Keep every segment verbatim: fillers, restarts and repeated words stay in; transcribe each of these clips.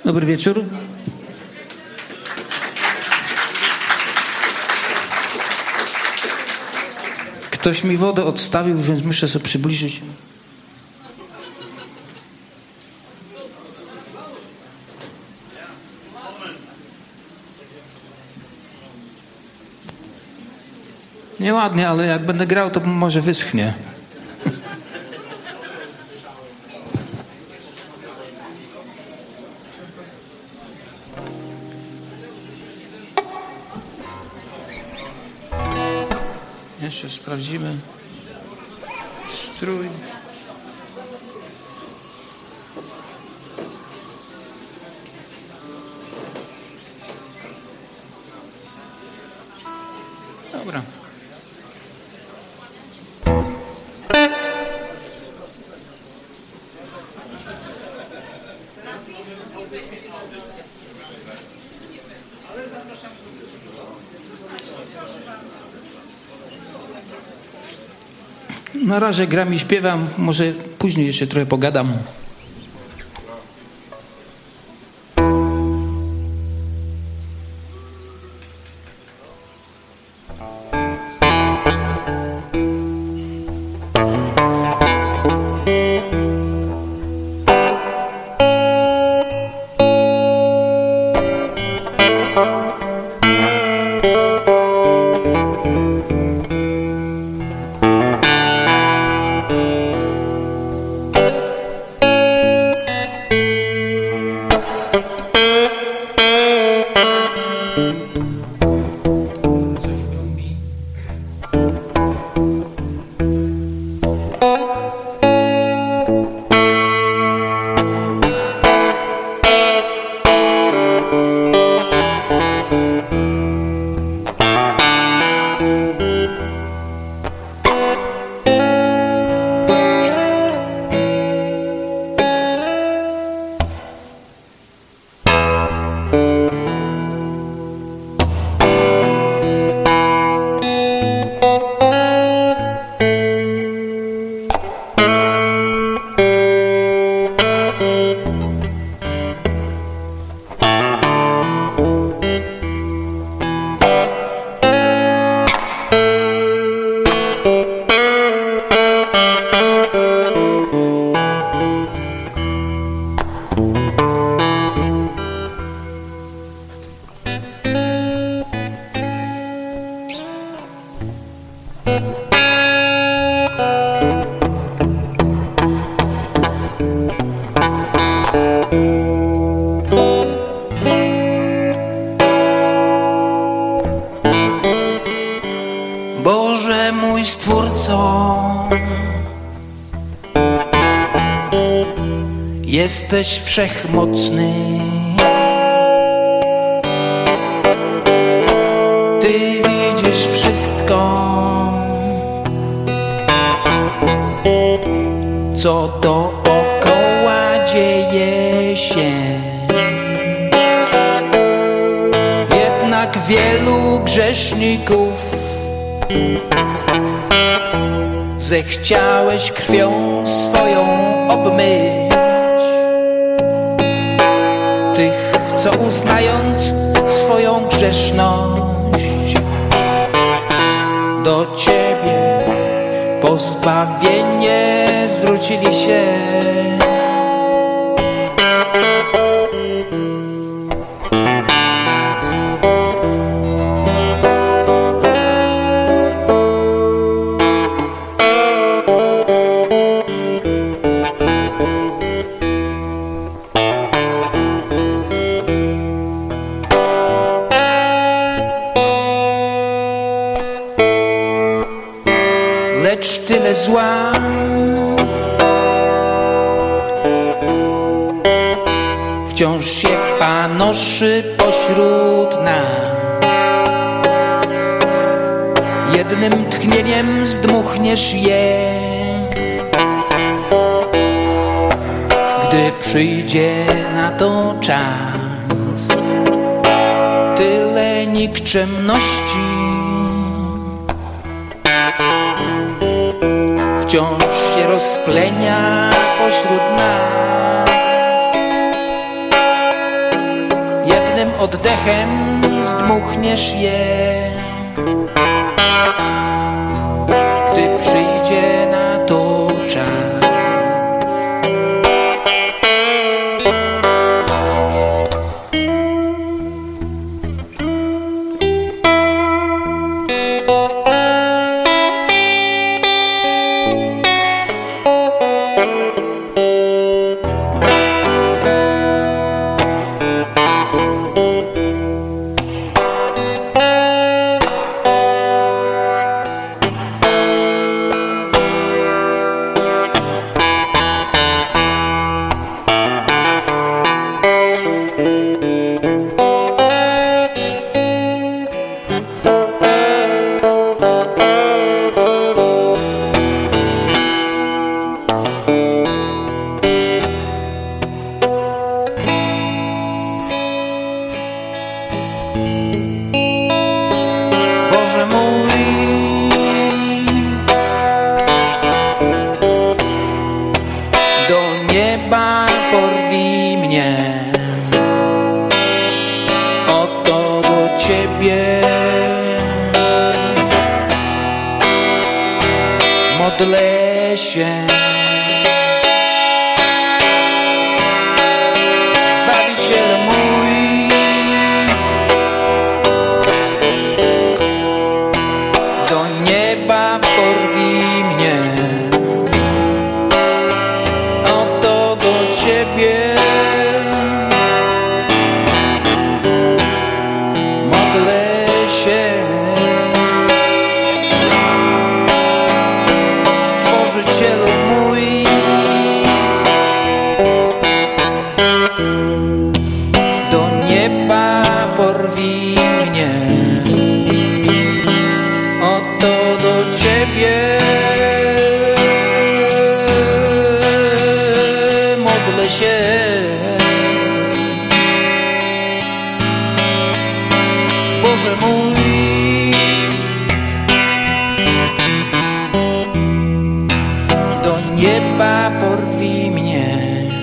Dobry wieczór. Ktoś mi wodę odstawił, więc muszę sobie przybliżyć. Nieładnie, ale jak będę grał, to może wyschnie. Jeszcze sprawdzimy strój. Dobra. Na razie gram i śpiewam, może później jeszcze trochę pogadam. Boże mój Stwórco, jesteś wszechmocny. Ty widzisz wszystko, co dookoła dzieje się. Jednak wielu grzeszników zechciałeś krwią swoją obmyć, tych, co uznając swoją grzeszność do Ciebie po zbawienie zwrócili się. Lecz tyle zła wciąż się panoszy pośród nas. Jednym tchnieniem zdmuchniesz je, gdy przyjdzie na to czas. Tyle nikczemności wciąż się rozplenia pośród nas. oddechem zdmuchniesz je, gdy przyjdzie na to czas. Boże mój, do nieba porwij mnie, oto do Ciebie modlę się. Zbawiciel mój, do nieba porwij mnie, oto do Ciebie modlę się. Stworzycielu mój, do nieba porwij mnie, oto do Ciebie modlę się. Boże mój, do nieba porwij mnie,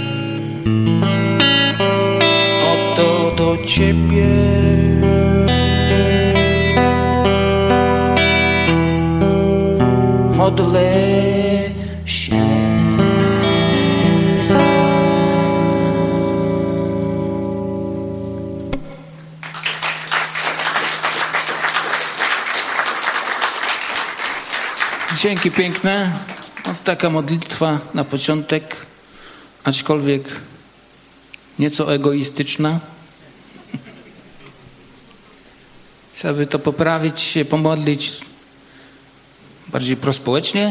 oto do Ciebie modlę się. Dzięki piękne. No, taka modlitwa na początek, aczkolwiek nieco egoistyczna. Trzeba by to poprawić, się pomodlić bardziej prospołecznie.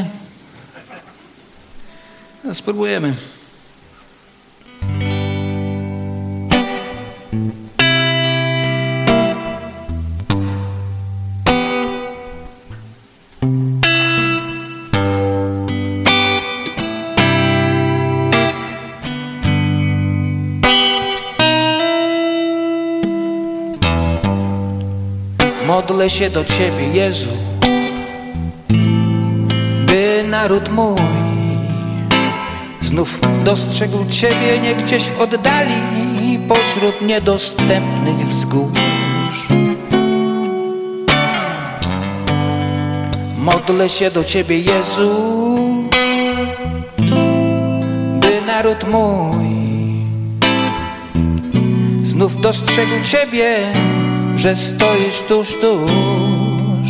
No, spróbujemy. Modlę się do Ciebie, Jezu, by naród mój znów dostrzegł Ciebie nie gdzieś w oddali, pośród niedostępnych wzgórz. Modlę się do Ciebie, Jezu, by naród mój znów dostrzegł Ciebie, że stoisz tuż, tuż.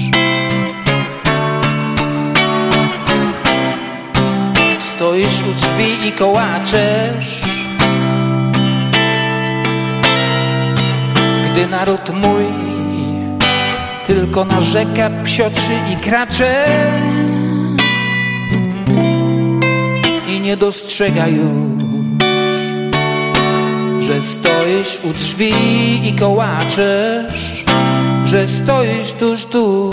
Stoisz u drzwi i kołaczesz, gdy naród mój tylko narzeka, psioczy i kracze i nie dostrzega już, że stoisz u drzwi i kołaczesz, że stoisz tuż, tuż.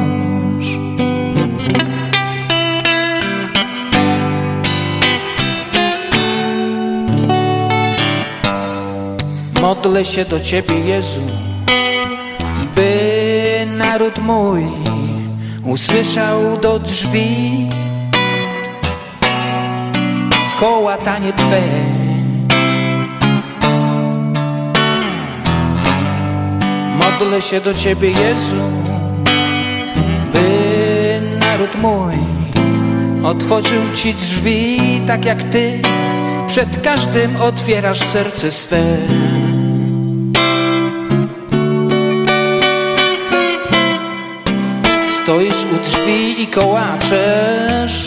Modlę się do Ciebie, Jezu, by naród mój usłyszał do drzwi kołatanie Twe. Modlę się do Ciebie, Jezu, by naród mój otworzył Ci drzwi, tak jak Ty przed każdym otwierasz serce swe. Stoisz u drzwi i kołaczesz,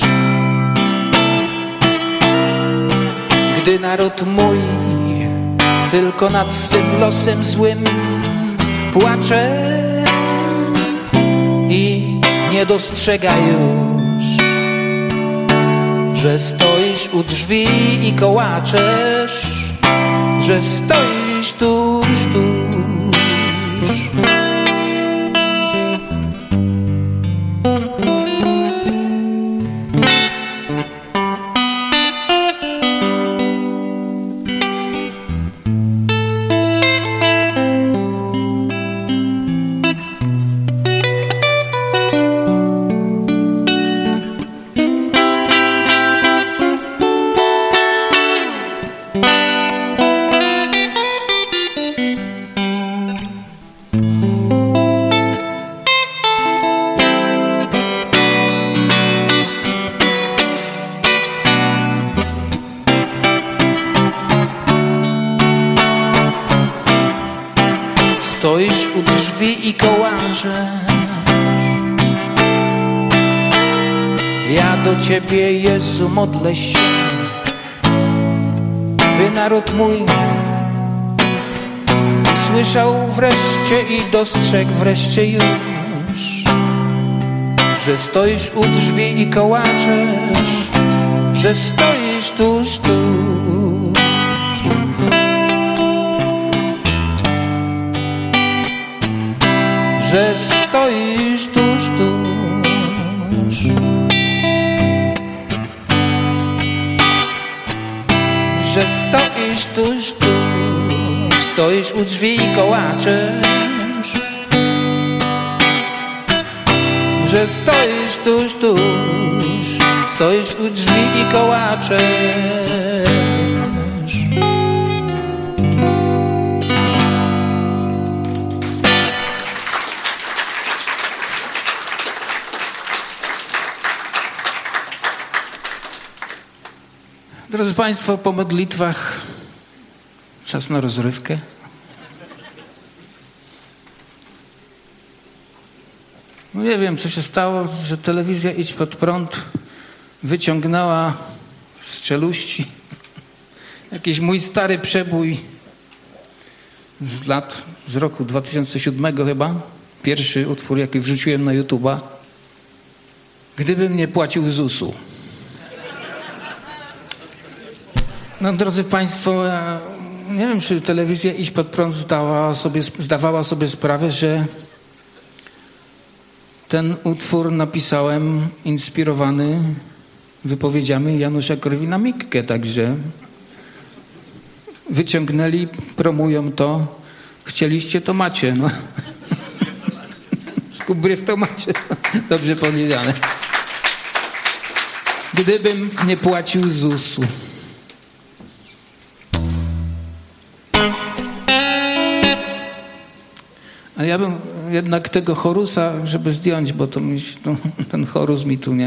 gdy naród mój tylko nad swym losem złym płacze i nie dostrzega już, że stoisz u drzwi i kołaczesz, że stoisz tuż, tuż. Stoisz u drzwi i kołaczesz. Ja do Ciebie, Jezu, modlę się, by naród mój usłyszał wreszcie i dostrzegł wreszcie już, że stoisz u drzwi i kołaczesz, że stoisz tuż, tuż. Że stoisz tuż, tuż. Że stoisz tuż, tuż. Stoisz u drzwi i kołaczesz. Że stoisz tuż, tuż. Stoisz u drzwi i kołaczesz. Drodzy Państwo, po modlitwach czas na rozrywkę. No nie wiem, co się stało, że telewizja Idź Pod Prąd wyciągnęła z czeluści jakiś mój stary przebój z lat, z roku dwa tysiące siódmego chyba. Pierwszy utwór, jaki wrzuciłem na YouTube'a. Gdybym nie płacił zusu. No, drodzy Państwo, ja nie wiem, czy telewizja Idź Pod Prąd zdawała sobie, zdawała sobie sprawę, że ten utwór napisałem inspirowany wypowiedziami Janusza Korwin-Mikkego, także wyciągnęli, promują to. Chcieliście, to macie. No. Skubryw to macie. Dobrze powiedziane. Gdybym nie płacił zusu. A ja bym jednak tego chorusa, żeby zdjąć, bo to mi, no, ten chorus mi tu nie...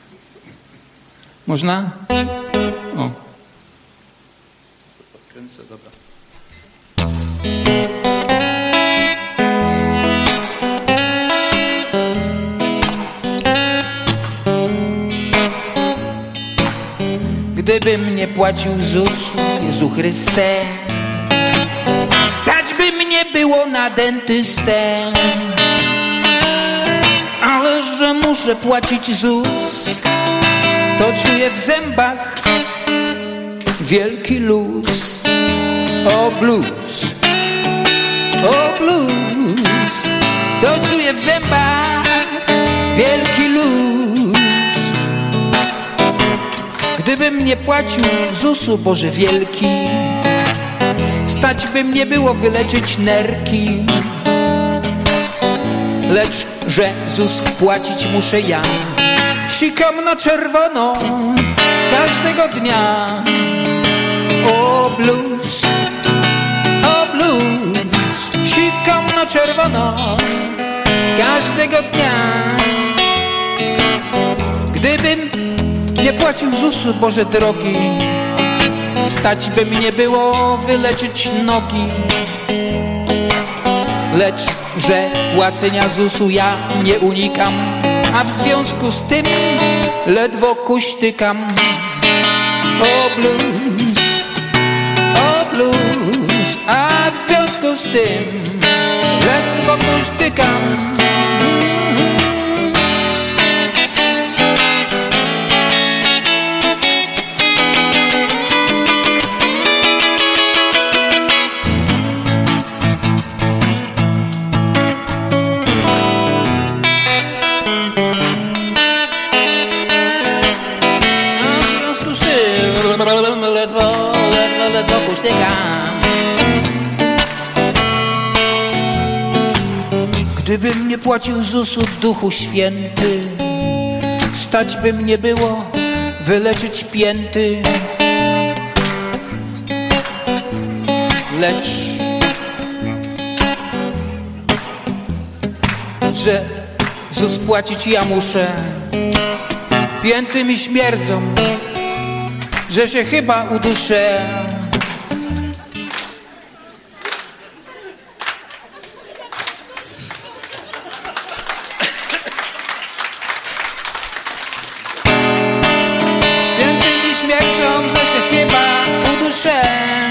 Można? O. Podkręcę, dobra. Gdybym nie płacił zusu, Jezu Chryste, stać by mnie było na dentystę. Ale że muszę płacić ZUS, to czuję w zębach wielki luz. O blues, o blues, to czuję w zębach wielki luz. Gdybym nie płacił zusu, Boże wielki, stać by mnie było wyleczyć nerki. Lecz że ZUS płacić muszę ja, sikam na czerwono każdego dnia. O blues, o blues, sikam na czerwono każdego dnia. Gdybym nie płacił zusu, Boże drogi, stać by mnie było wyleczyć nogi. Lecz, że płacenia zusu ja nie unikam, a w związku z tym ledwo kuśtykam. O blues, o blues, a w związku z tym ledwo kuśtykam. Ledwo, ledwo, ledwo kuśtykam. Gdybym nie płacił zusu, Duchu Święty, stać by mnie było wyleczyć pięty. Lecz, że zus płacić ja muszę, pięty mi śmierdzą, że się chyba uduszę. Pięty mi śmierdzą, że się chyba uduszę.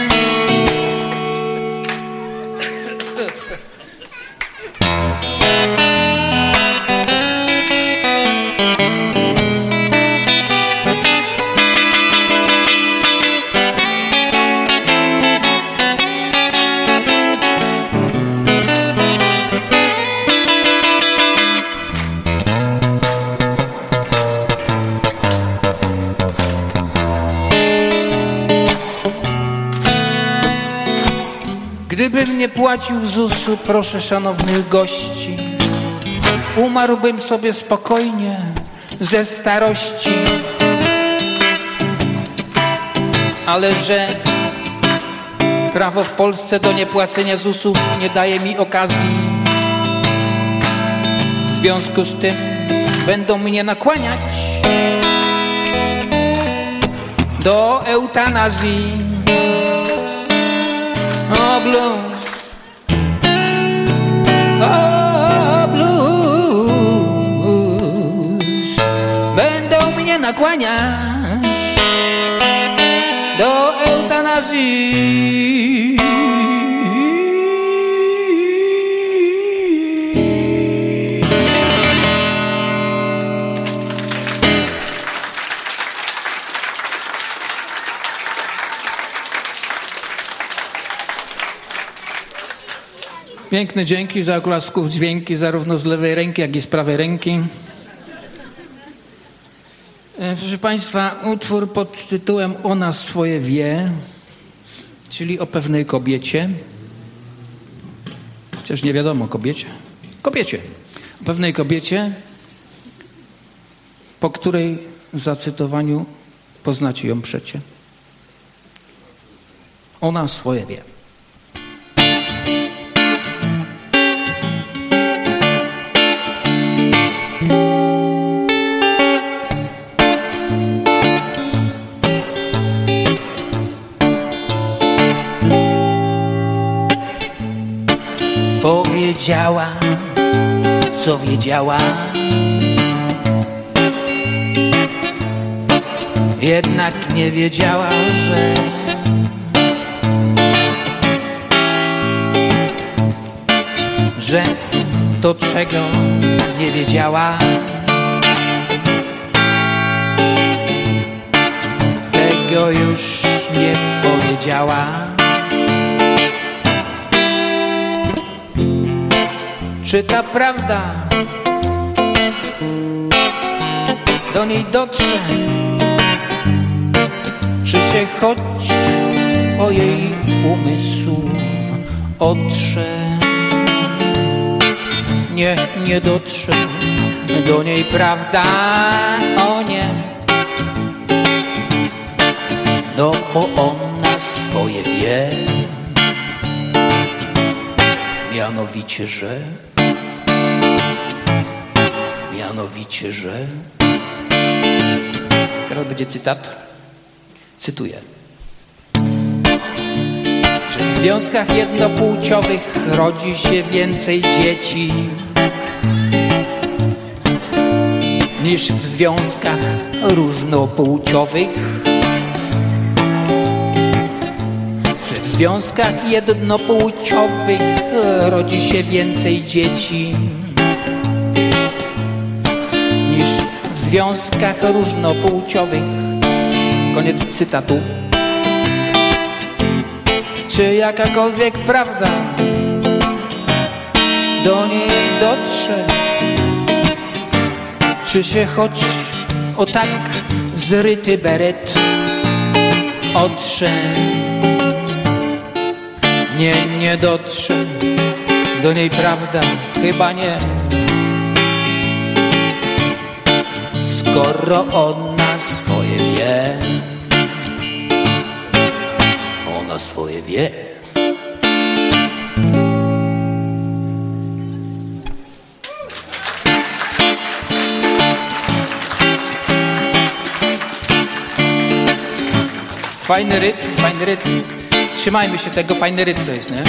Gdybym nie płacił zusu, proszę szanownych gości, umarłbym sobie spokojnie ze starości. Ale że prawo w Polsce do niepłacenia zusu nie daje mi okazji, w związku z tym będą mnie nakłaniać do eutanazji. O blues, o blues, będą mnie nakłaniać do eutanazji. Piękne dzięki za oklasków, dźwięki zarówno z lewej ręki, jak i z prawej ręki. Proszę Państwa, utwór pod tytułem Ona swoje wie, czyli o pewnej kobiecie, chociaż nie wiadomo kobiecie, kobiecie, o pewnej kobiecie, po której zacytowaniu poznacie ją przecie. Ona swoje wie. Powiedziała, co wiedziała, jednak nie wiedziała, że że to, czego nie wiedziała, tego już nie powiedziała. Czy ta prawda do niej dotrze? Czy się choć o jej umysł otrze? Nie, nie dotrze do niej prawda, o nie. No bo ona swoje wie, mianowicie, że Mianowicie, że... Teraz będzie cytat. Cytuję. Że w związkach jednopłciowych rodzi się więcej dzieci niż w związkach różnopłciowych. Że w związkach jednopłciowych rodzi się więcej dzieci niż w związkach różnopłciowych. Koniec cytatu. Czy jakakolwiek prawda do niej dotrze? Czy się choć o tak zryty beret otrze? Nie, nie dotrze do niej prawda, chyba nie. Skoro ona swoje wie, ona swoje wie. Fajny rytm, fajny rytm. Trzymajmy się tego, fajny rytm to jest, nie?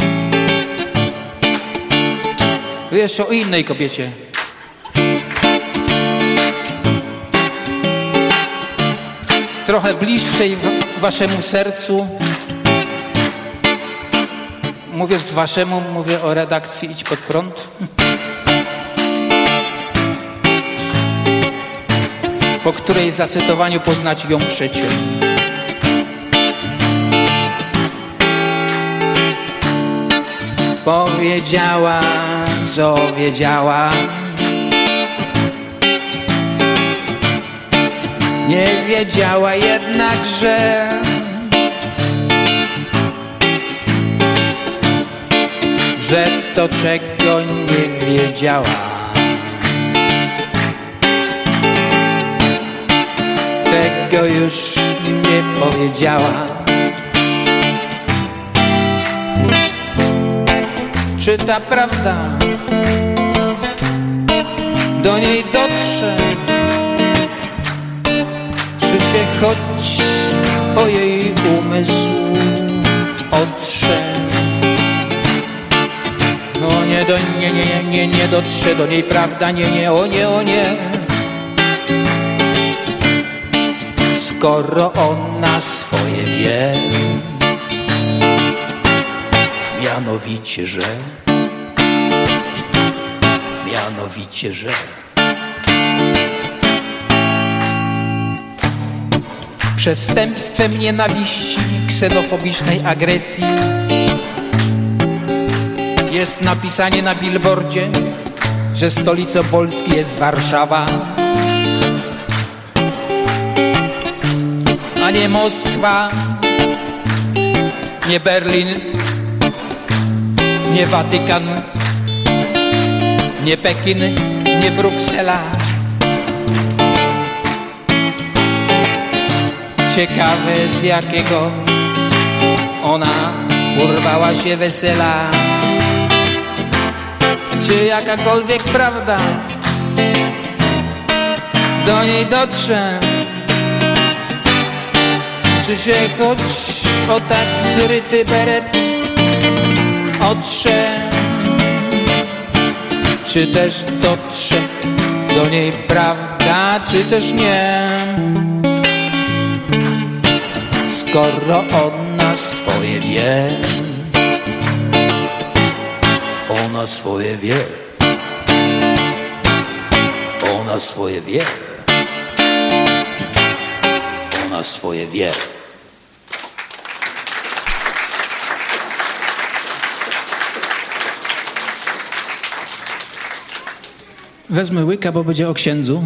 Jeszcze o innej kobiecie. Trochę bliższej waszemu sercu. Mówię z waszemu, mówię o redakcji Idź Pod Prąd. Po której zacytowaniu poznacie ją przecie. Powiedziała, co wiedziała. Nie wiedziała jednak, że że to, czego nie wiedziała, tego już nie powiedziała. Czy ta prawda do niej dotrze? Czy się choć o jej umysł otrze? No nie, do, nie, nie, nie, nie dotrze do niej prawda, nie, nie, o nie, o nie. Skoro ona swoje wie, mianowicie, że mianowicie, że przestępstwem nienawiści, ksenofobicznej agresji jest napisanie na billboardzie, że stolicą Polski jest Warszawa, a nie Moskwa, nie Berlin, nie Watykan, nie Pekin, nie Bruksela. Ciekawe, z jakiego ona urwała się wesela. Czy jakakolwiek prawda do niej dotrze? Czy się choć o tak zryty beret otrze? Czy też dotrze do niej prawda, czy też nie? Skoro ona swoje wie, ona swoje wie, ona swoje wie, ona swoje wie. Wezmę łyka, bo będzie o księdzu.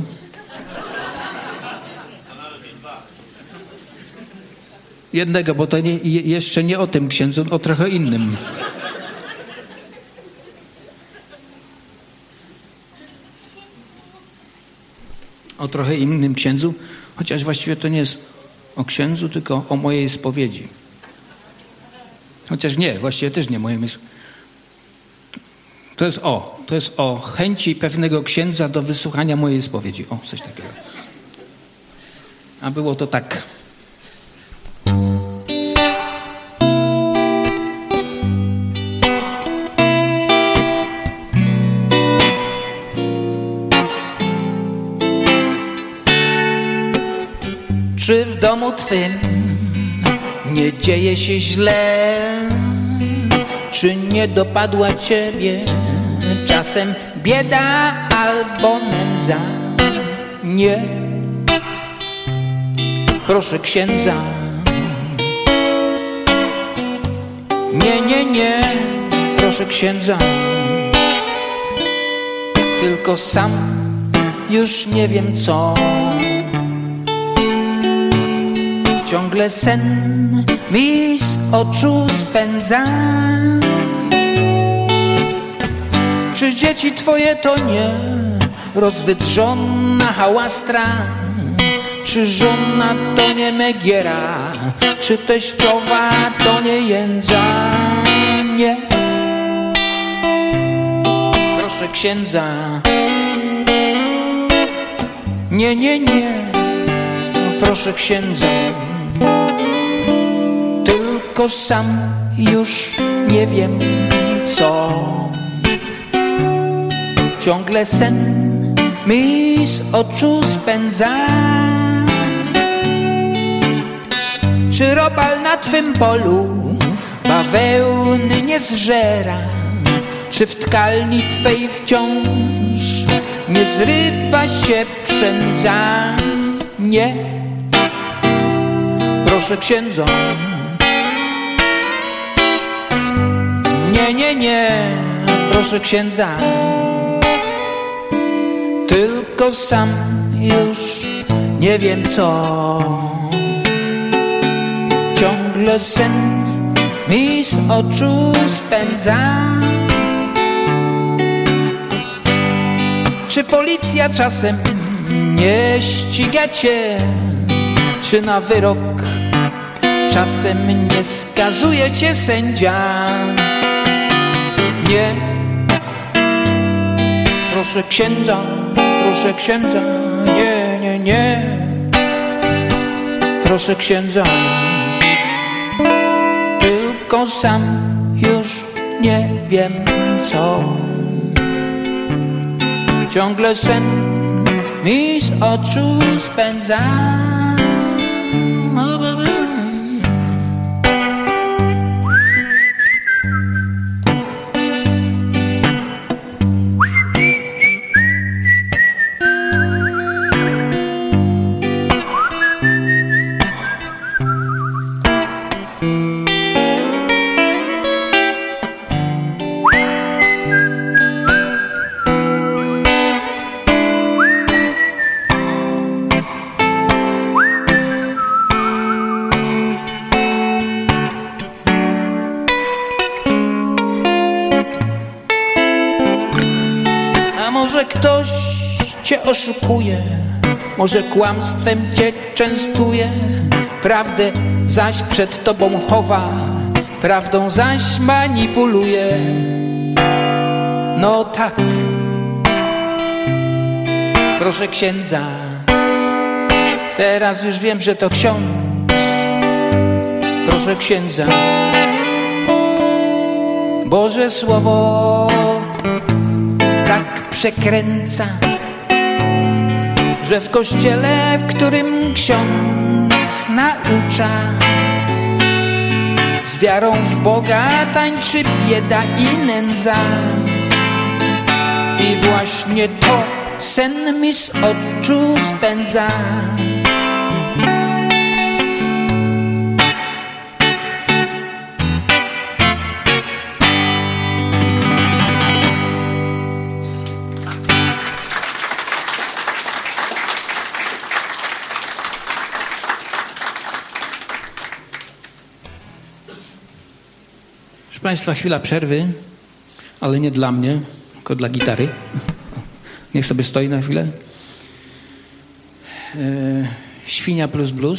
Jednego, bo to nie, jeszcze nie o tym księdzu, o trochę innym. O trochę innym księdzu, chociaż właściwie to nie jest o księdzu, tylko o mojej spowiedzi. Chociaż nie, właściwie też nie mojej. To jest o, to jest o chęci pewnego księdza do wysłuchania mojej spowiedzi. O, coś takiego. A było to tak. Czy w domu twym nie dzieje się źle? Czy nie dopadła ciebie czasem bieda albo nędza? Nie, proszę księdza. Nie, nie, nie, proszę księdza. Tylko sam już nie wiem co. Ciągle sen mi z oczu spędza. Czy dzieci twoje to nie rozwydrzona hałastra? Czy żona to nie Megiera? Czy teściowa to nie Jędza? Nie, proszę księdza. Nie, nie, nie, no proszę księdza. Tylko sam już nie wiem co. Ciągle sen mi z oczu spędza. Czy robal na twym polu bawełny nie zżera? Czy w tkalni twej wciąż nie zrywa się przędza? Nie, proszę księdza. Nie, nie, nie, proszę księdza. Tylko sam już nie wiem co. Ciągle sen mi z oczu spędza. Czy policja czasem nie ściga cię? Czy na wyrok czasem nie skazuje cię sędzia? Nie, proszę księdza, proszę księdza. Nie, nie, nie, proszę księdza. Tylko sam już nie wiem co. Ciągle sen mi z oczu spędza. Może ktoś cię oszukuje, może kłamstwem cię częstuje, prawdę zaś przed tobą chowa, prawdą zaś manipuluje. No tak, proszę księdza, teraz już wiem, że to ksiądz. Proszę księdza, Boże Słowo tak przekręca, że w kościele, w którym ksiądz naucza, z wiarą w Boga tańczy bieda i nędza. I właśnie to sen mi z oczu spędza. Proszę Państwa, chwila przerwy, ale nie dla mnie, tylko dla gitary. Niech sobie stoi na chwilę. E, Świnia plus blues.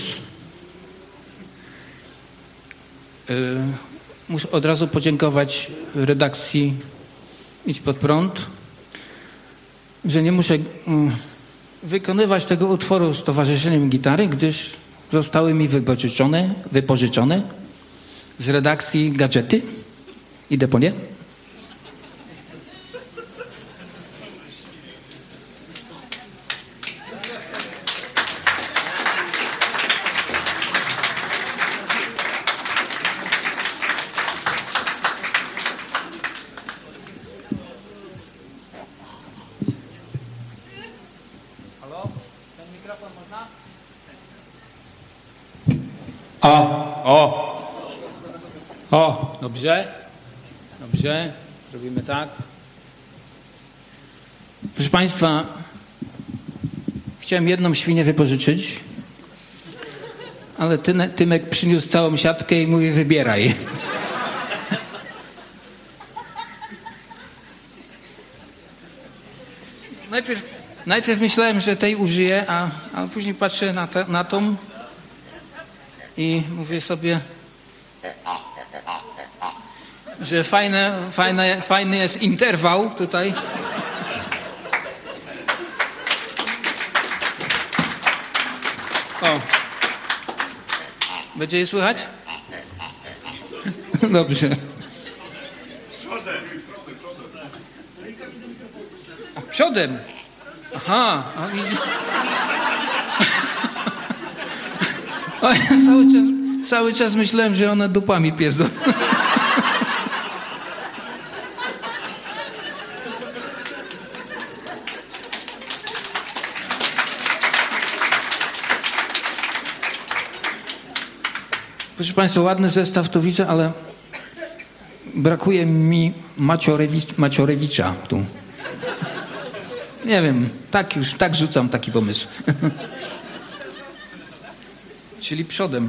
E, muszę od razu podziękować redakcji Idź pod prąd, że nie muszę mm, wykonywać tego utworu z towarzyszeniem gitary, gdyż zostały mi wypożyczone, wypożyczone z redakcji Gadżety. Idę po nie. O, o, o, dobrze, dobrze, robimy tak. Proszę Państwa, chciałem jedną świnię wypożyczyć, ale Tymek przyniósł całą siatkę i mówi wybieraj. Najpierw, najpierw myślałem, że tej użyję, a, a później patrzę na, te, na tą i mówię sobie, że fajne, fajne, fajny jest interwał tutaj. O. Będzie je słychać? Dobrze. A, przodem. Aha. A, widzi... A ja cały czas, cały czas myślałem, że one dupami pierdzą. Proszę Państwa, ładny zestaw to widzę, ale brakuje mi Maciorewicz, Maciorewicza tu. Nie wiem, tak już, tak rzucam taki pomysł. Czyli przodem.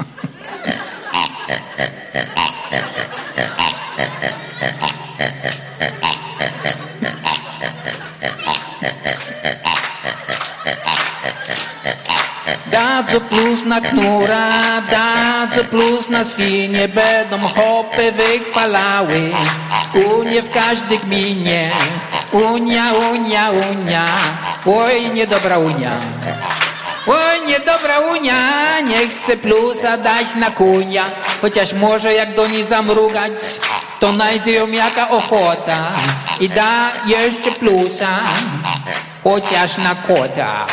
Dadzą plus na knura, dadzą plus na świnie, będą hopy wychwalały. Unie w każdej gminie, Unia, Unia, Unia, oj niedobra Unia. Oj, niedobra Unia, nie chce plusa dać na kunia. Chociaż może jak do niej zamrugać, to najdzie ją jaka ochota i da jeszcze plusa, chociaż na kota.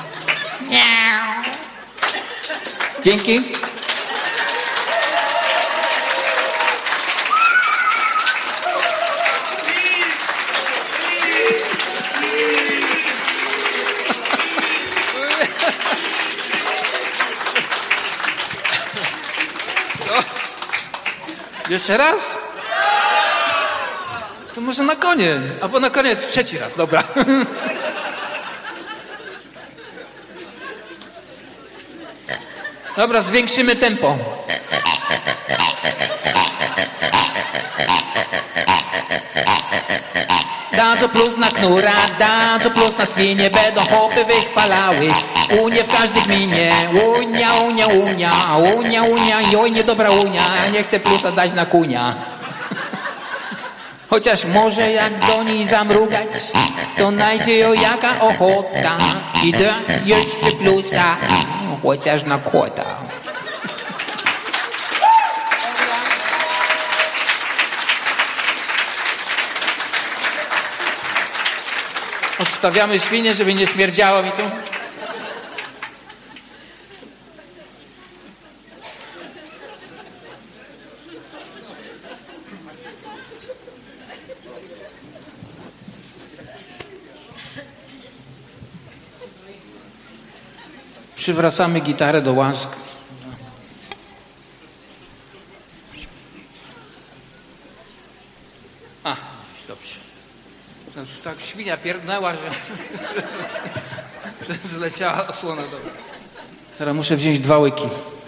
Dzięki. Jeszcze raz? To może na koniec, albo na koniec trzeci raz, dobra. Dobra, zwiększymy tempo. Dadzą plus na knura, dadzą plus na świnie, będą hopy wychwalały. Unie w każdej gminie, Unia, Unia, Unia, Unia, Unia, joj, niedobra Unia, nie chce plusa dać na kunia. Chociaż może jak do niej zamrugać, to najdzie ją jaka ochota i da jeszcze plusa, chociaż na kota. Odstawiamy świnie, żeby nie śmierdziało mi tu. Przywracamy gitarę do łask. A, dobrze. Tak świnia pierdnęła, że, że zleciała osłona. Dobra. Teraz muszę wziąć dwa łyki.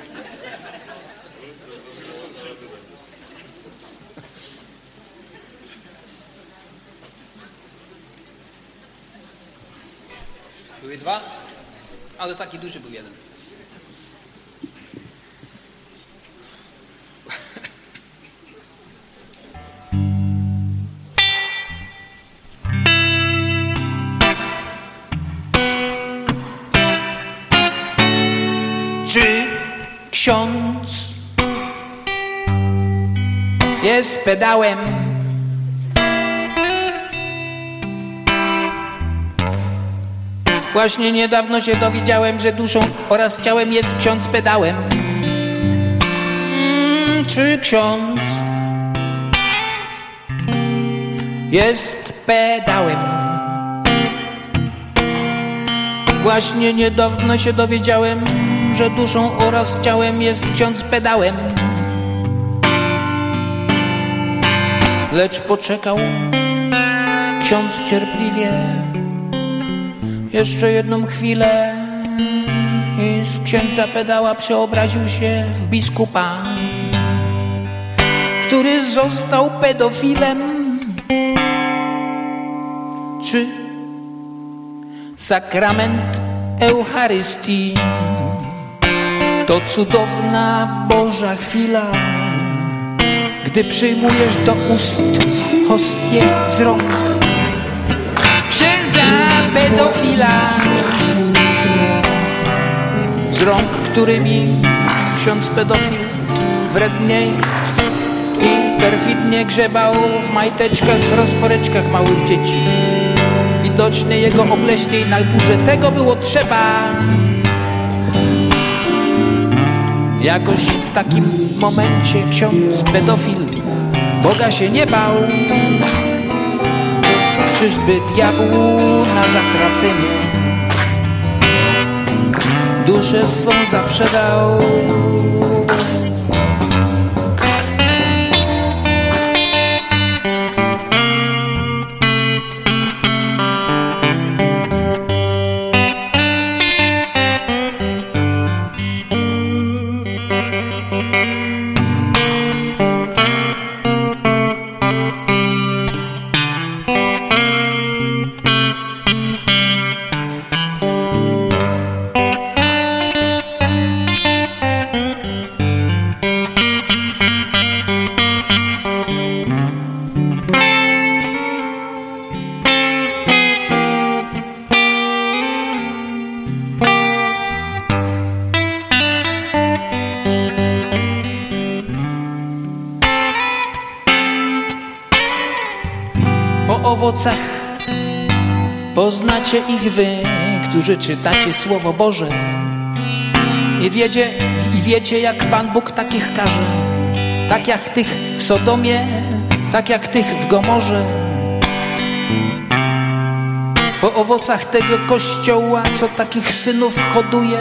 Były dwa? Ale taki duży był jeden. jest pedałem. Właśnie niedawno się dowiedziałem, że duszą oraz ciałem jest ksiądz pedałem. Hmm, czy ksiądz jest pedałem? Właśnie niedawno się dowiedziałem, że duszą oraz ciałem jest ksiądz pedałem. Lecz poczekał ksiądz cierpliwie jeszcze jedną chwilę i z księdza pedała przeobraził się w biskupa, który został pedofilem. Czy sakrament Eucharystii to cudowna Boża chwila, gdy przyjmujesz do ust hostię z rąk księdza pedofila, z rąk, którymi ksiądz pedofil wrednie i perfidnie grzebał w majteczkach, w rozporeczkach małych dzieci. Widocznie jego obleśnej naturze tego było trzeba. Jakoś w takim momencie ksiądz pedofil Boga się nie bał. Czyżby diabłu na zatracenie duszę swą zaprzedał? Po owocach poznacie ich wy, którzy czytacie Słowo Boże i wiecie, i wiecie, jak Pan Bóg takich karze, tak jak tych w Sodomie, tak jak tych w Gomorze. Po owocach tego Kościoła, co takich synów hoduje,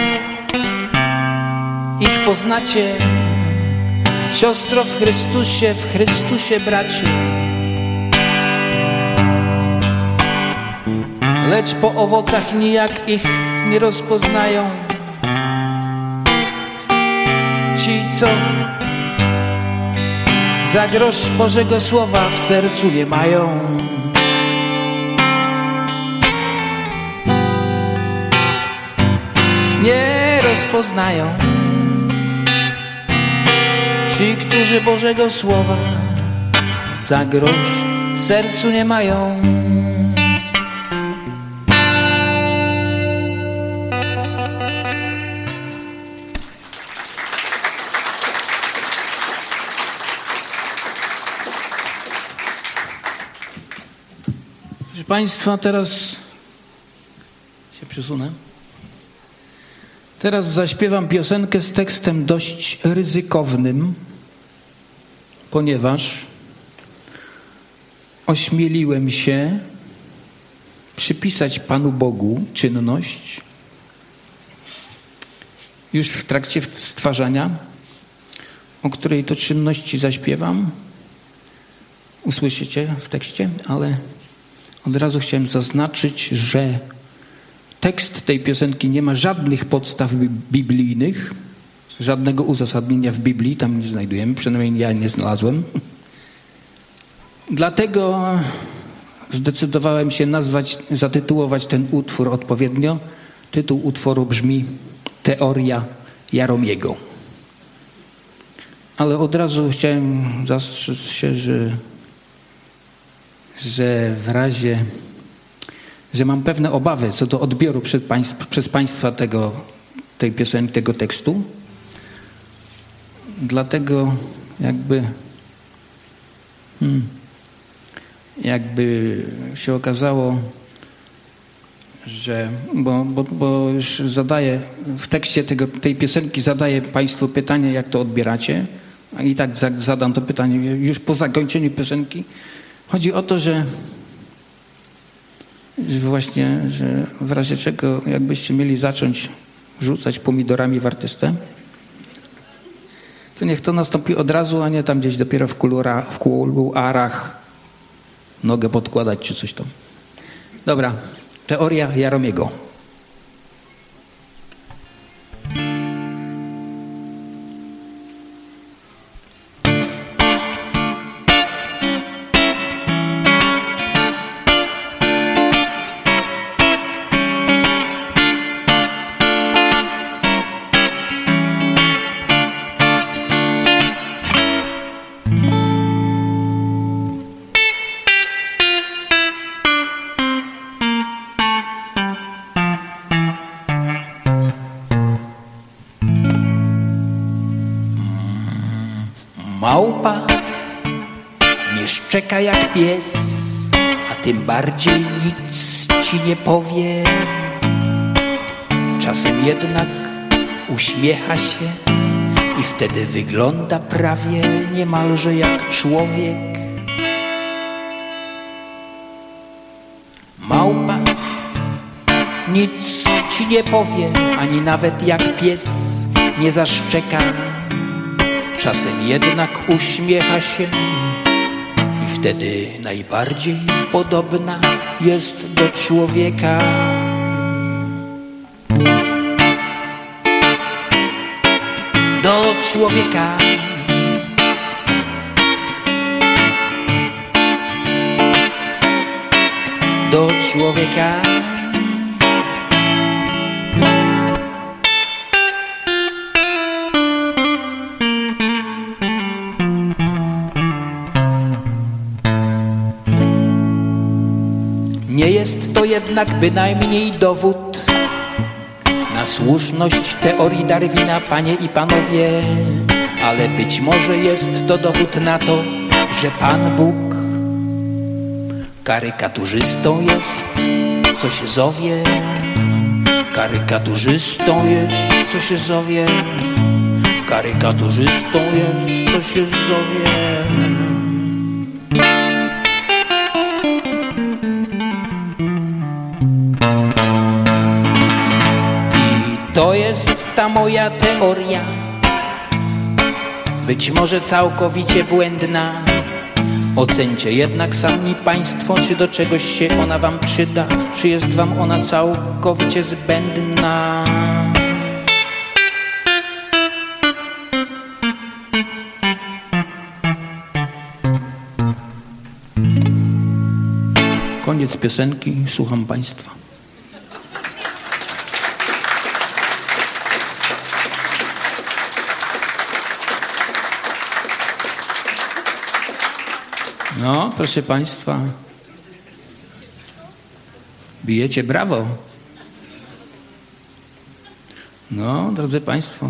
ich poznacie, siostro w Chrystusie, w Chrystusie bracie. Lecz po owocach nijak ich nie rozpoznają ci, co za grosz Bożego Słowa w sercu nie mają. Nie rozpoznają ci, którzy Bożego Słowa za grosz w sercu nie mają. Proszę Państwa, teraz się przesunę. Teraz zaśpiewam piosenkę z tekstem dość ryzykownym, ponieważ ośmieliłem się przypisać Panu Bogu czynność już w trakcie stwarzania, o której to czynności zaśpiewam. Usłyszycie w tekście, ale od razu chciałem zaznaczyć, że tekst tej piosenki nie ma żadnych podstaw biblijnych, żadnego uzasadnienia w Biblii tam nie znajdujemy, przynajmniej ja nie znalazłem. Dlatego zdecydowałem się nazwać, zatytułować ten utwór odpowiednio. Tytuł utworu brzmi Teoria Jaromiego. Ale od razu chciałem zastrzec się, że, że w razie, że mam pewne obawy co do odbioru przed państw, przez Państwa tego, tej piosenki, tego tekstu. Dlatego jakby Hmm. Jakby się okazało, że, bo, bo, bo już zadaję, w tekście tego, tej piosenki zadaję Państwu pytanie, jak to odbieracie, a i tak zadam to pytanie już po zakończeniu piosenki. Chodzi o to, że, że właśnie, że w razie czego jakbyście mieli zacząć rzucać pomidorami w artystę, to niech to nastąpi od razu, a nie tam gdzieś dopiero w, kulura, w kuluarach nogę podkładać czy coś tam. Dobra, teoria Jaromiego. Małpa nie szczeka jak pies, a tym bardziej nic ci nie powie. Czasem jednak uśmiecha się i wtedy wygląda prawie niemalże jak człowiek. Małpa nic ci nie powie, ani nawet jak pies nie zaszczeka. Czasem jednak uśmiecha się i wtedy najbardziej podobna jest do człowieka. Do człowieka. Do człowieka. Nie jest to jednak bynajmniej dowód na słuszność teorii Darwina, panie i panowie, ale być może jest to dowód na to, że Pan Bóg karykaturzystą jest, co się zowie. Karykaturzystą jest, co się zowie. Karykaturzystą jest, co się zowie. To jest ta moja teoria, być może całkowicie błędna. Oceńcie jednak sami państwo, czy do czegoś się ona wam przyda, czy jest wam ona całkowicie zbędna. Koniec piosenki, słucham państwa. No, proszę państwa, bijecie brawo. No, drodzy państwo.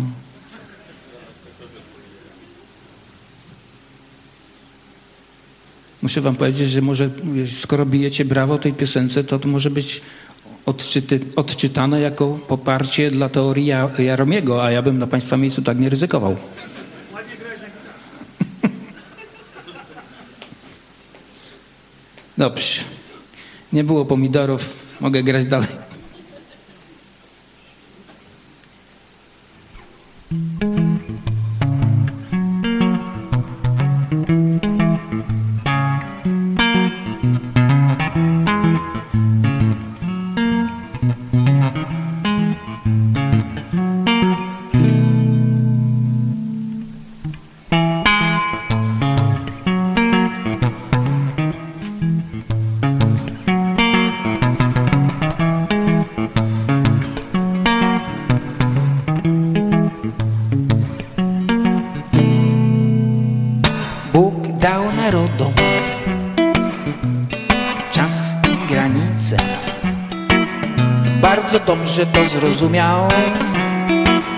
Muszę wam powiedzieć, że może skoro bijecie brawo tej piosence, to to może być odczyty, odczytane jako poparcie dla teorii Jaromiego, a ja bym na państwa miejscu tak nie ryzykował. Dobrze. Nie było pomidorów. Mogę grać dalej. Bardzo dobrze to zrozumiał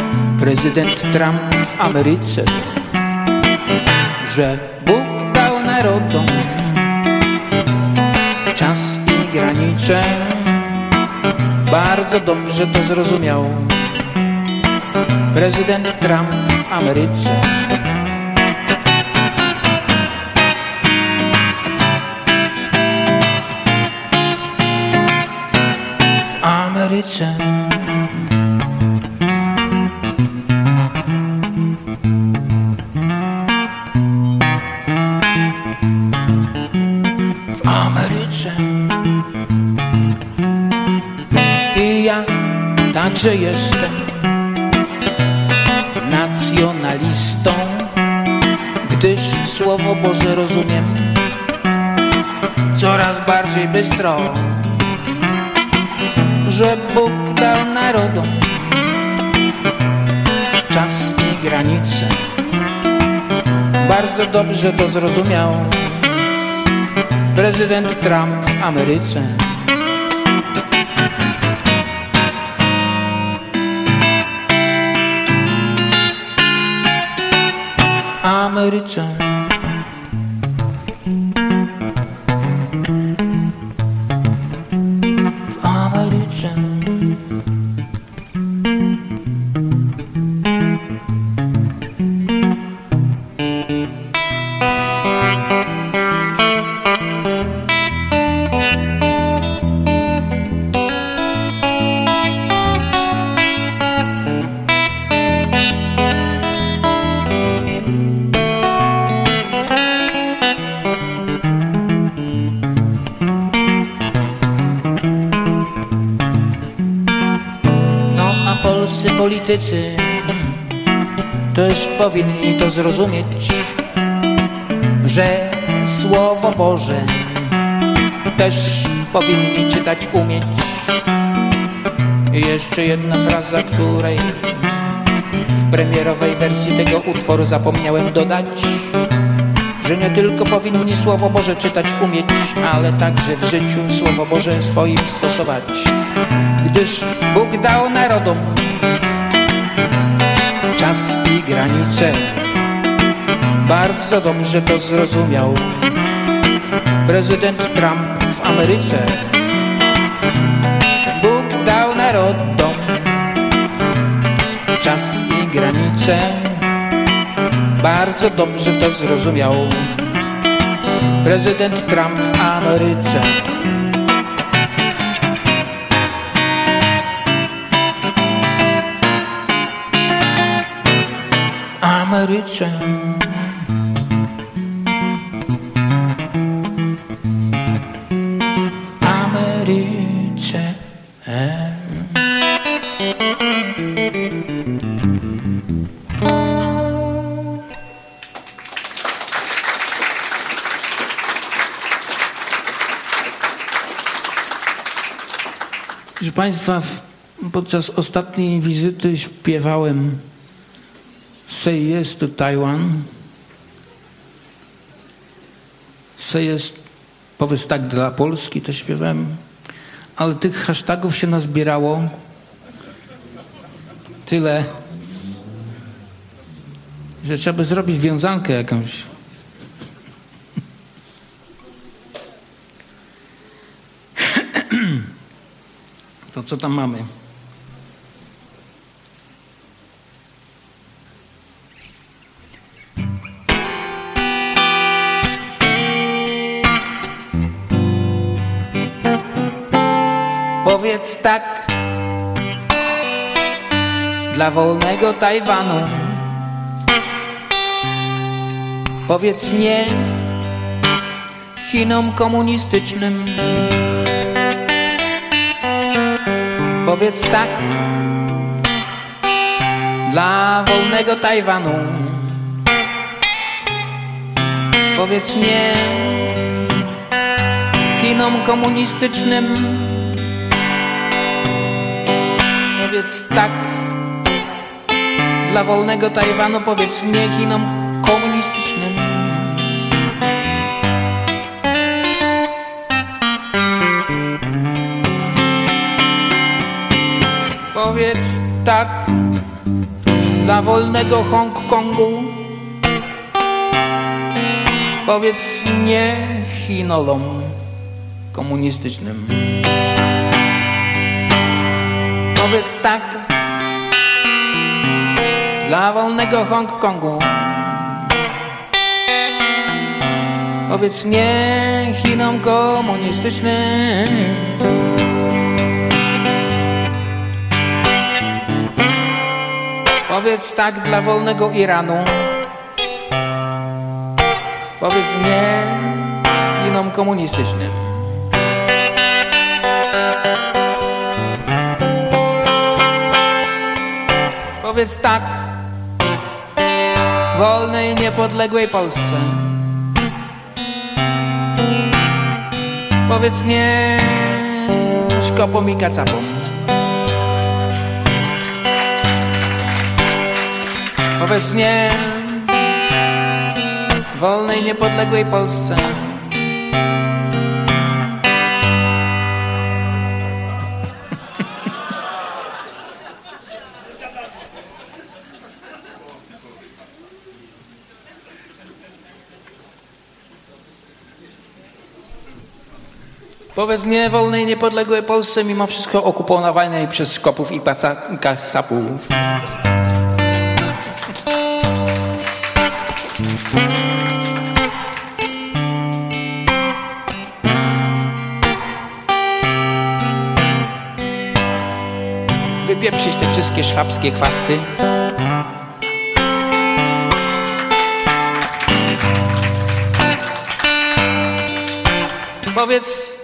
prezydent Trump w Ameryce, że Bóg dał narodom czas i granice. Bardzo dobrze to zrozumiał prezydent Trump w Ameryce. W Ameryce. W Ameryce. I ja także jestem nacjonalistą, gdyż Słowo Boże rozumiem coraz bardziej bystro, że Bóg dał narodom czas i granice. Bardzo dobrze to zrozumiał prezydent Trump w Ameryce. W Ameryce. W Ameryce. Politycy też powinni to zrozumieć, że Słowo Boże też powinni czytać umieć. I jeszcze jedna fraza, której w premierowej wersji tego utworu zapomniałem dodać, że nie tylko powinni Słowo Boże czytać umieć, ale także w życiu Słowo Boże swoim stosować, gdyż Bóg dał narodom czas i granice. Bardzo dobrze to zrozumiał prezydent Trump w Ameryce. Bóg dał narodom czas i granice. Bardzo dobrze to zrozumiał prezydent Trump w Ameryce. Ameryce. Ameryce. Proszę Państwa, podczas ostatniej wizyty śpiewałem Say Yes to Taiwan. Say Yes, powiedz tak dla Polski, to śpiewałem, ale tych hashtagów się nazbierało tyle, że trzeba by zrobić wiązankę jakąś. To co tam mamy? Powiedz tak dla wolnego Tajwanu. Powiedz nie Chinom komunistycznym. Powiedz tak dla wolnego Tajwanu. Powiedz nie Chinom komunistycznym. Powiedz tak dla wolnego Tajwanu. Powiedz nie Chinom komunistycznym. Powiedz tak dla wolnego Hongkongu. Powiedz nie chinolom komunistycznym. Powiedz tak dla wolnego Hongkongu. Powiedz nie Chinom komunistycznym. Powiedz tak dla wolnego Iranu. Powiedz nie Chinom komunistycznym. Powiedz tak wolnej, niepodległej Polsce. Powiedz nie szkopom i kacapom. Powiedz nie wolnej, niepodległej Polsce. Powiedz nie wolnej, niepodległej Polsce, mimo wszystko okupowanej przez szkopów i kacapów. Wypieprzyć te wszystkie szwabskie chwasty. Powiedz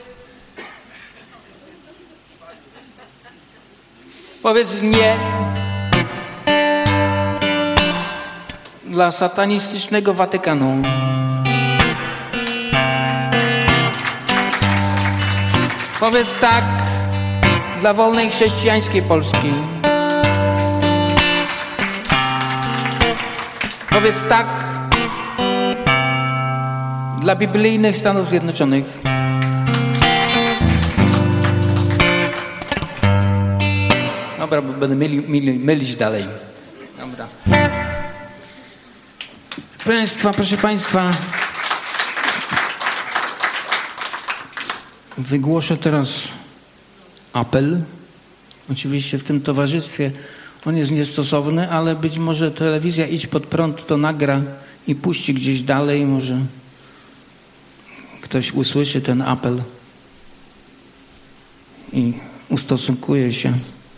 Powiedz nie dla satanistycznego Watykanu. Powiedz tak dla wolnej chrześcijańskiej Polski. Powiedz tak dla biblijnych Stanów Zjednoczonych. Dobra, bo będę myli, myli, mylić dalej. Dobra. Proszę Państwa, proszę Państwa, wygłoszę teraz apel. Oczywiście w tym towarzystwie on jest niestosowny, ale być może telewizja Idź Pod Prąd to nagra i puści gdzieś dalej. Może ktoś usłyszy ten apel i ustosunkuje się.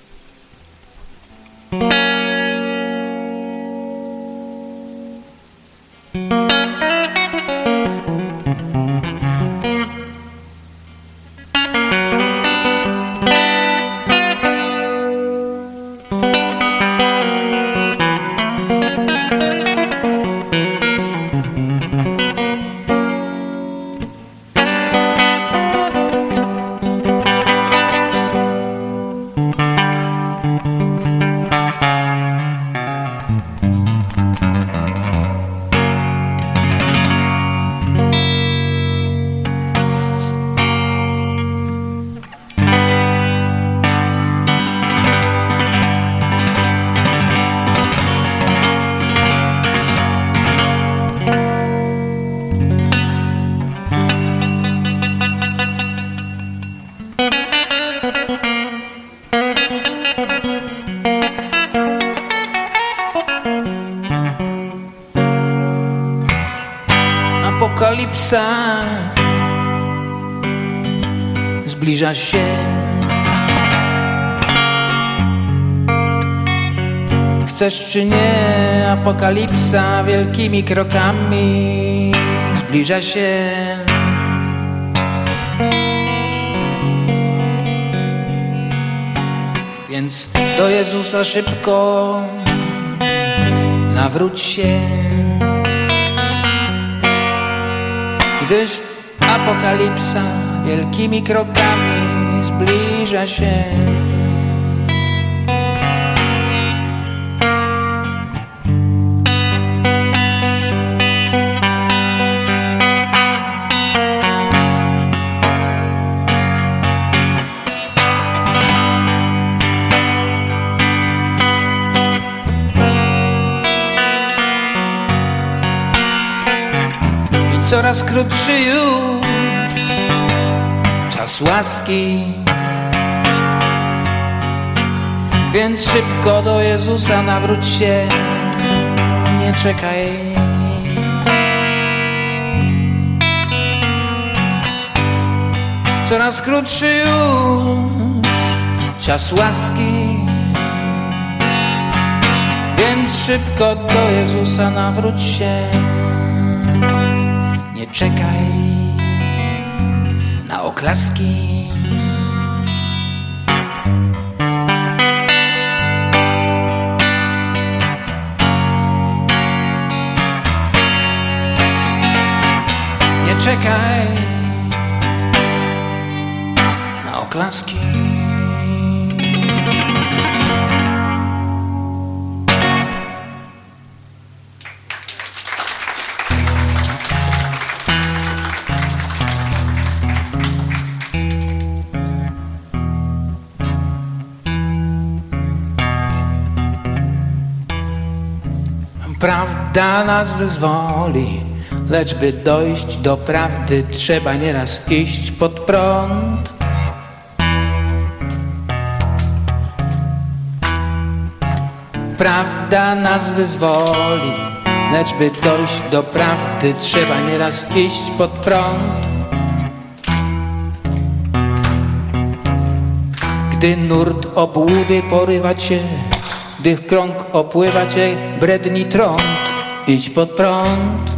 Apokalipsa zbliża się. Chcesz czy nie, apokalipsa wielkimi krokami zbliża się. Więc do Jezusa szybko nawróć się, gdyż apokalipsa wielkimi krokami zbliża się. coraz krótszy już czas łaski, więc szybko do Jezusa nawróć się, nie czekaj. Coraz krótszy już czas łaski, więc szybko do Jezusa nawróć się, nie czekaj na oklaski. Nie czekaj na oklaski. Prawda nas wyzwoli, lecz by dojść do prawdy, trzeba nieraz iść pod prąd. Prawda nas wyzwoli, lecz by dojść do prawdy, trzeba nieraz iść pod prąd. Gdy nurt obłudy porywa cię, gdy w krąg opływa cię bredni trąd, idź pod prąd.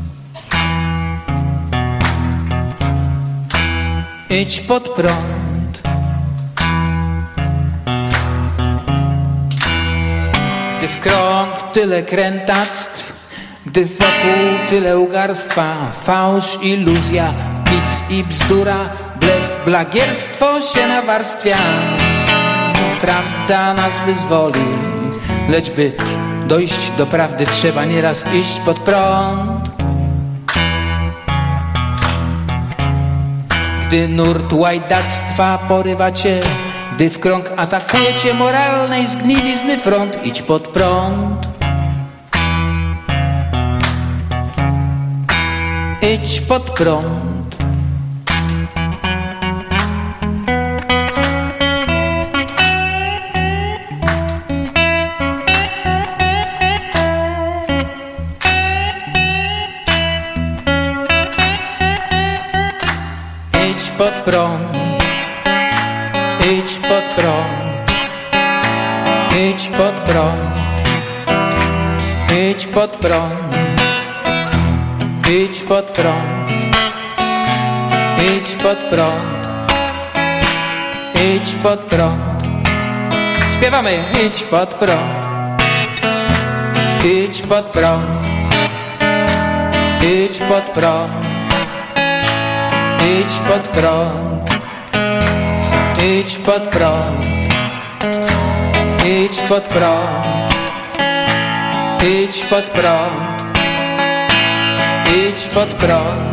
Idź pod prąd. Gdy w krąg tyle krętactw, gdy wokół tyle ugarstwa, fałsz, iluzja, pic i bzdura, blef, blagierstwo się nawarstwia. Prawda nas wyzwoli, lecz by dojść do prawdy, trzeba nieraz iść pod prąd. Gdy nurt łajdactwa porywa cię, gdy w krąg atakuje cię moralnej zgnilizny front, idź pod prąd. Idź pod prąd. Pod prąd, idź pod prąd, idź pod prąd, idź pod prąd, idź pod prąd, idź pod prąd, idź pod prąd. Śpiewamy, idź pod prąd, idź pod prąd, idź pod prąd. Idź pod prąd, idź pod prąd, idź pod prąd, idź pod prąd, idź pod prąd,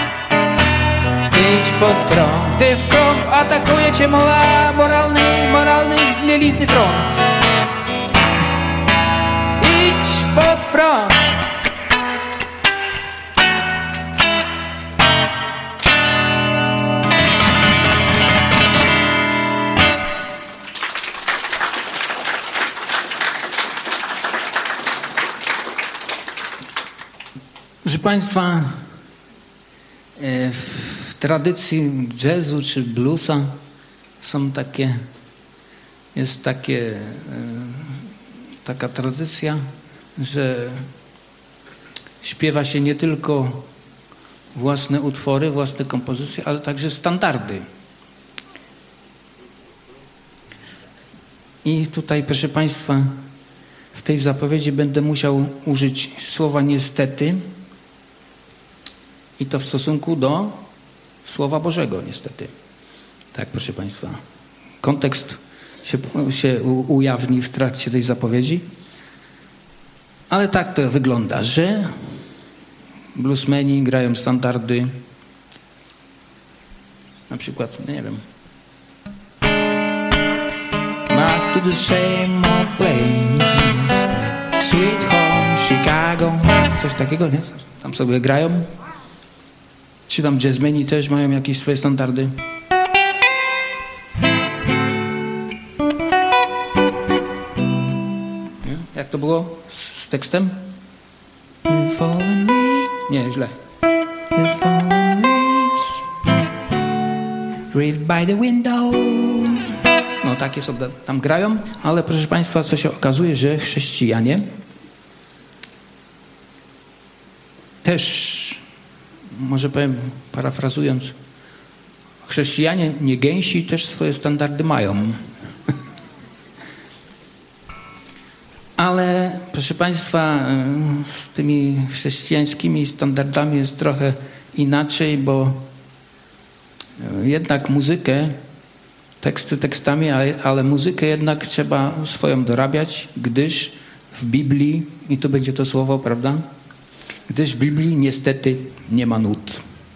idź pod prąd. Gdy w krąg atakuje cię mola, moralny, moralny zgnilizny front, idź pod prąd. Proszę Państwa, w tradycji jazzu czy bluesa są takie, jest takie, taka tradycja, że śpiewa się nie tylko własne utwory, własne kompozycje, ale także standardy. I tutaj, proszę Państwa, w tej zapowiedzi będę musiał użyć słowa niestety, i to w stosunku do Słowa Bożego, niestety. Tak, proszę Państwa. Kontekst się, się ujawni w trakcie tej zapowiedzi. Ale tak to wygląda, że bluesmeni grają standardy, na przykład, nie wiem, back to the same old place, sweet home Chicago, coś takiego, nie? Tam sobie grają. Czy tam jazzmeni też mają jakieś swoje standardy? Nie? Jak to było z, z tekstem? Nie, źle. The fallen leaves drift by the window. No takie sobie tam grają, ale proszę Państwa, co się okazuje, że chrześcijanie też, może powiem, parafrazując, chrześcijanie nie gęsi też swoje standardy mają. Ale proszę Państwa, z tymi chrześcijańskimi standardami jest trochę inaczej, bo jednak muzykę, teksty tekstami, ale, ale muzykę jednak trzeba swoją dorabiać, gdyż w Biblii, i to będzie to słowo, prawda? Gdyż w Biblii niestety nie ma nut.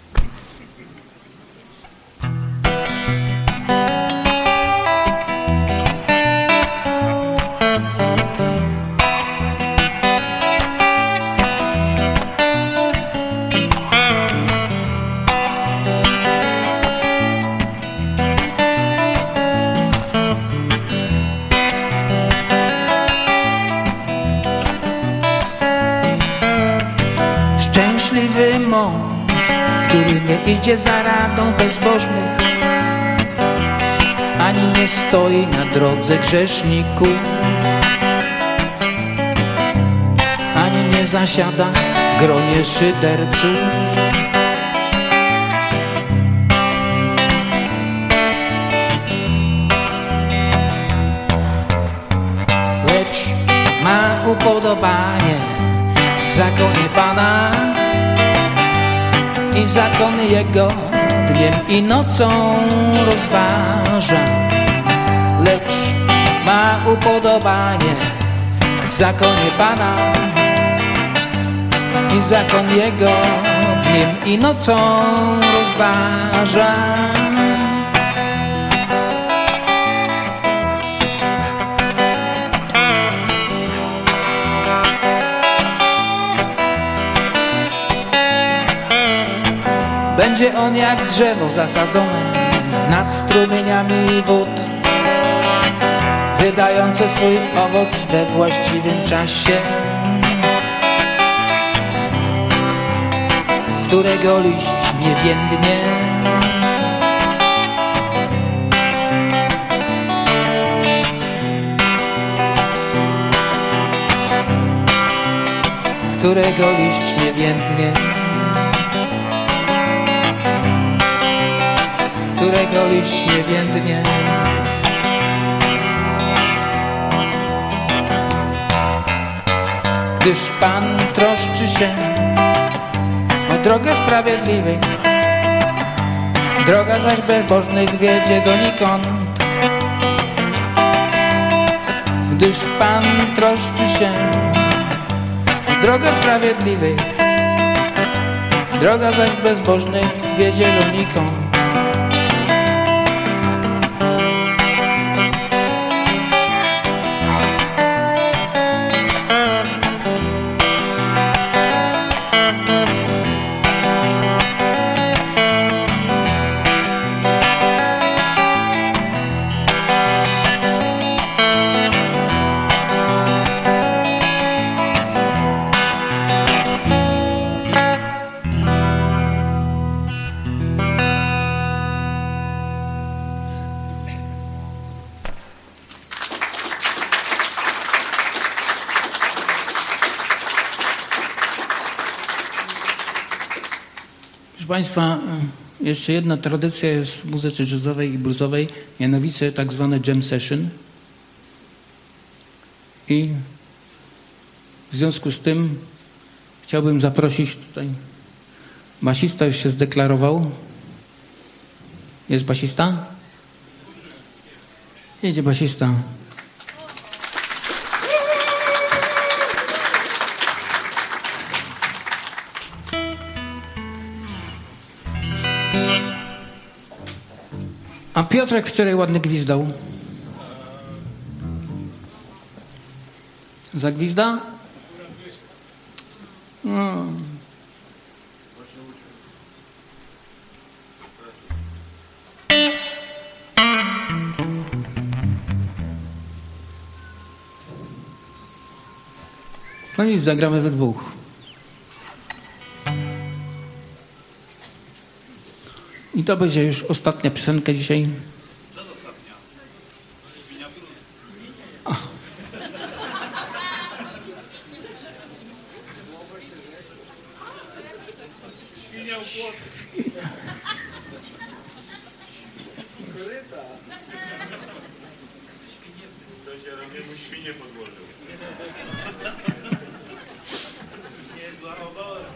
Szczęśliwy mąż, który nie idzie za radą bezbożnych, ani nie stoi na drodze grzeszników, ani nie zasiada w gronie szyderców. Lecz ma upodobanie w zakonie Pana i zakon Jego dniem i nocą rozważa. Lecz ma upodobanie w zakonie Pana i zakon Jego dniem i nocą rozważa. Będzie on jak drzewo zasadzone nad strumieniami wód, wydające swój owoc we właściwym czasie, którego liść nie więdnie. Którego liść nie więdnie. Którego liść nie więdnie. Gdyż Pan troszczy się o drogę sprawiedliwych, droga zaś bezbożnych wiedzie donikąd. Gdyż Pan troszczy się o drogę sprawiedliwych, droga zaś bezbożnych wiedzie donikąd. Proszę Państwa, jeszcze jedna tradycja jest w muzyce jazzowej i bluesowej, mianowicie tak zwane jam session. I w związku z tym chciałbym zaprosić tutaj, basista już się zdeklarował. Jest basista? Jedzie basista. A Piotrek wczoraj ładny gwizdał. Zagwizda? No. No nic, zagramy we dwóch. I to będzie już ostatnia piosenka dzisiaj. A. Coś Jaromiemu świnie podłożył. Niezła robota.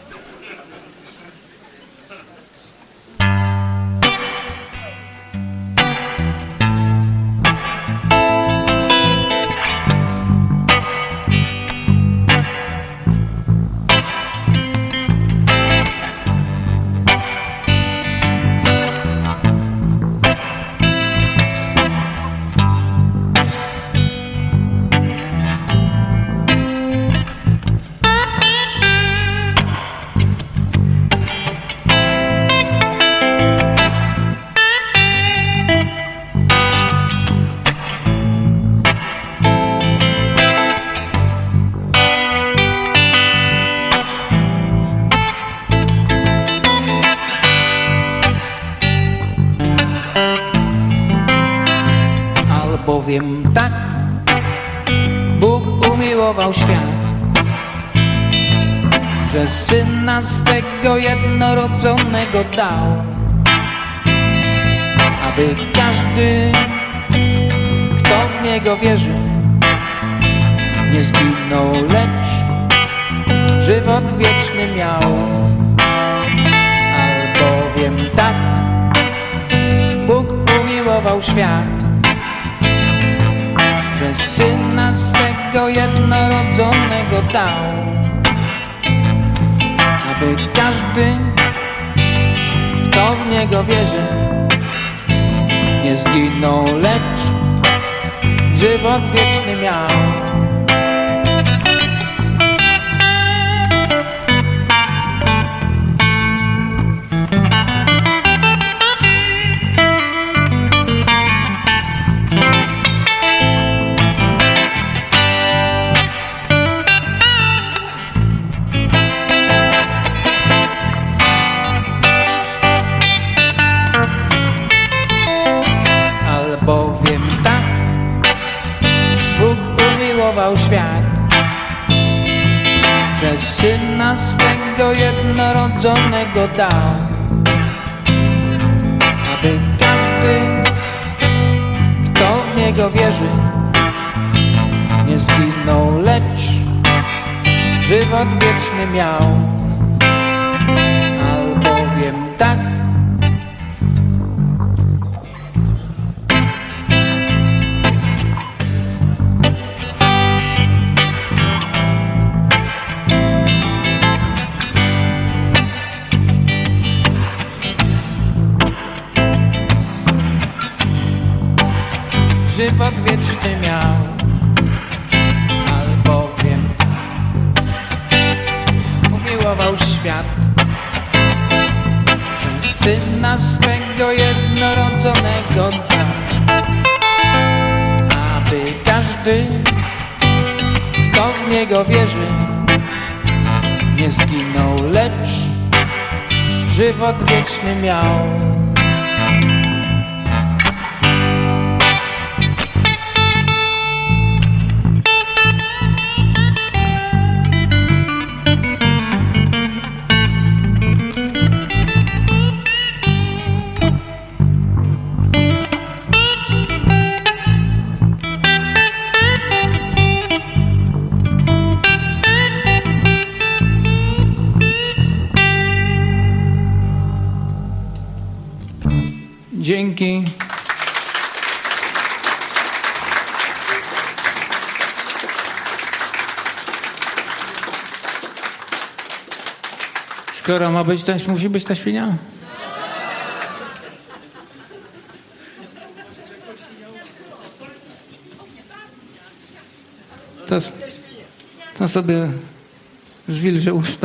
Albowiem tak Bóg umiłował świat, że Syna swego jednorodzonego dał, aby każdy, kto w Niego wierzy, nie zginął, lecz żywot wieczny miał. Albowiem tak Bóg umiłował świat, że Syna swego jednorodzonego dał, aby każdy, kto w Niego wierzy, nie zginął, lecz żywot wieczny miał. Albowiem tak Bóg umiłował świat, że Syna swego jednorodzonego dał, aby każdy, kto w Niego wierzy, nie zginął, lecz żywot wieczny miał. Albowiem tak żywot wieczny miał. Albowiem umiłował świat, że Syna swego jednorodzonego dał, aby każdy, kto w Niego wierzy, nie zginął, lecz żywot wieczny miał. Dzięki. Skoro ma być ta, musi być ta świnia? To, to sobie zwilże usta.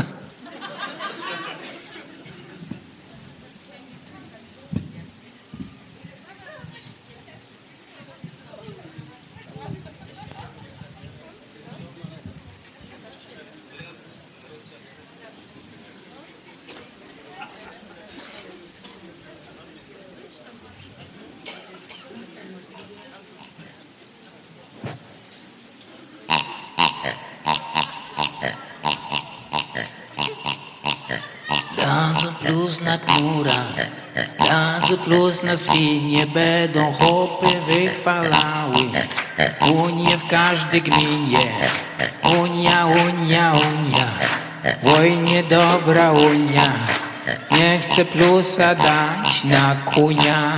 Dadzą plus na knura, dadzą plus na świnie, będą chłopy wychwalały. Unię w każdej gminie, Unia, Unia, Unia, oj niedobra Unia, nie chcę plusa dać na kunia.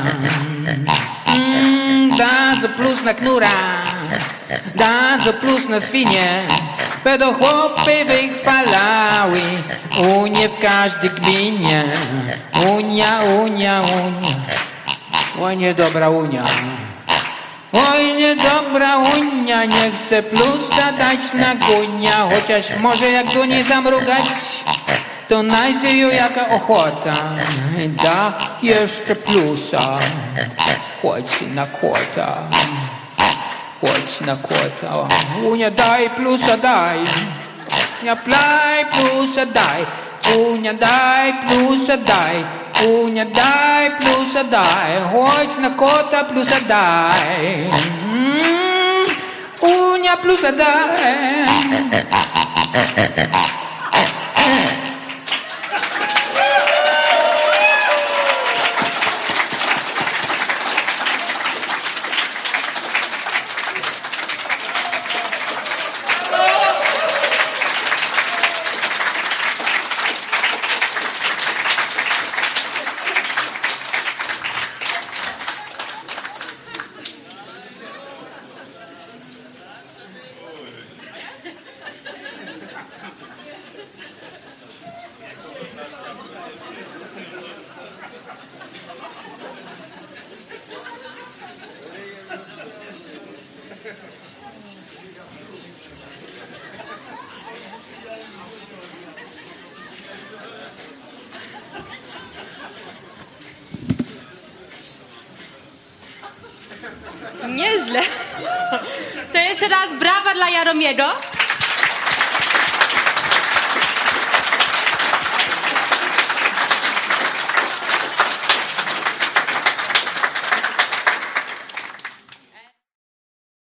Mm, dadzą plus na knura, dadzą plus na świnie, będą chłopy wychwalały. Unię w każdej gminie, Unia, Unia, Unia, oj niedobra Unia. Oj niedobra Unia, nie chce plusa dać na gunia, chociaż może jak do niej zamrugać, to najdzie ją jaka ochota. Da jeszcze plusa, chodź na kłota, chodź na kłota. Unia daj plusa daj, Unia plaj plusa daj, Unia daj plusa daj, Unia daj plusa daj, chodź na kota plusa daj. Mm, Unia plusa daj. Nieźle. To jeszcze raz brawa dla Jaromiego.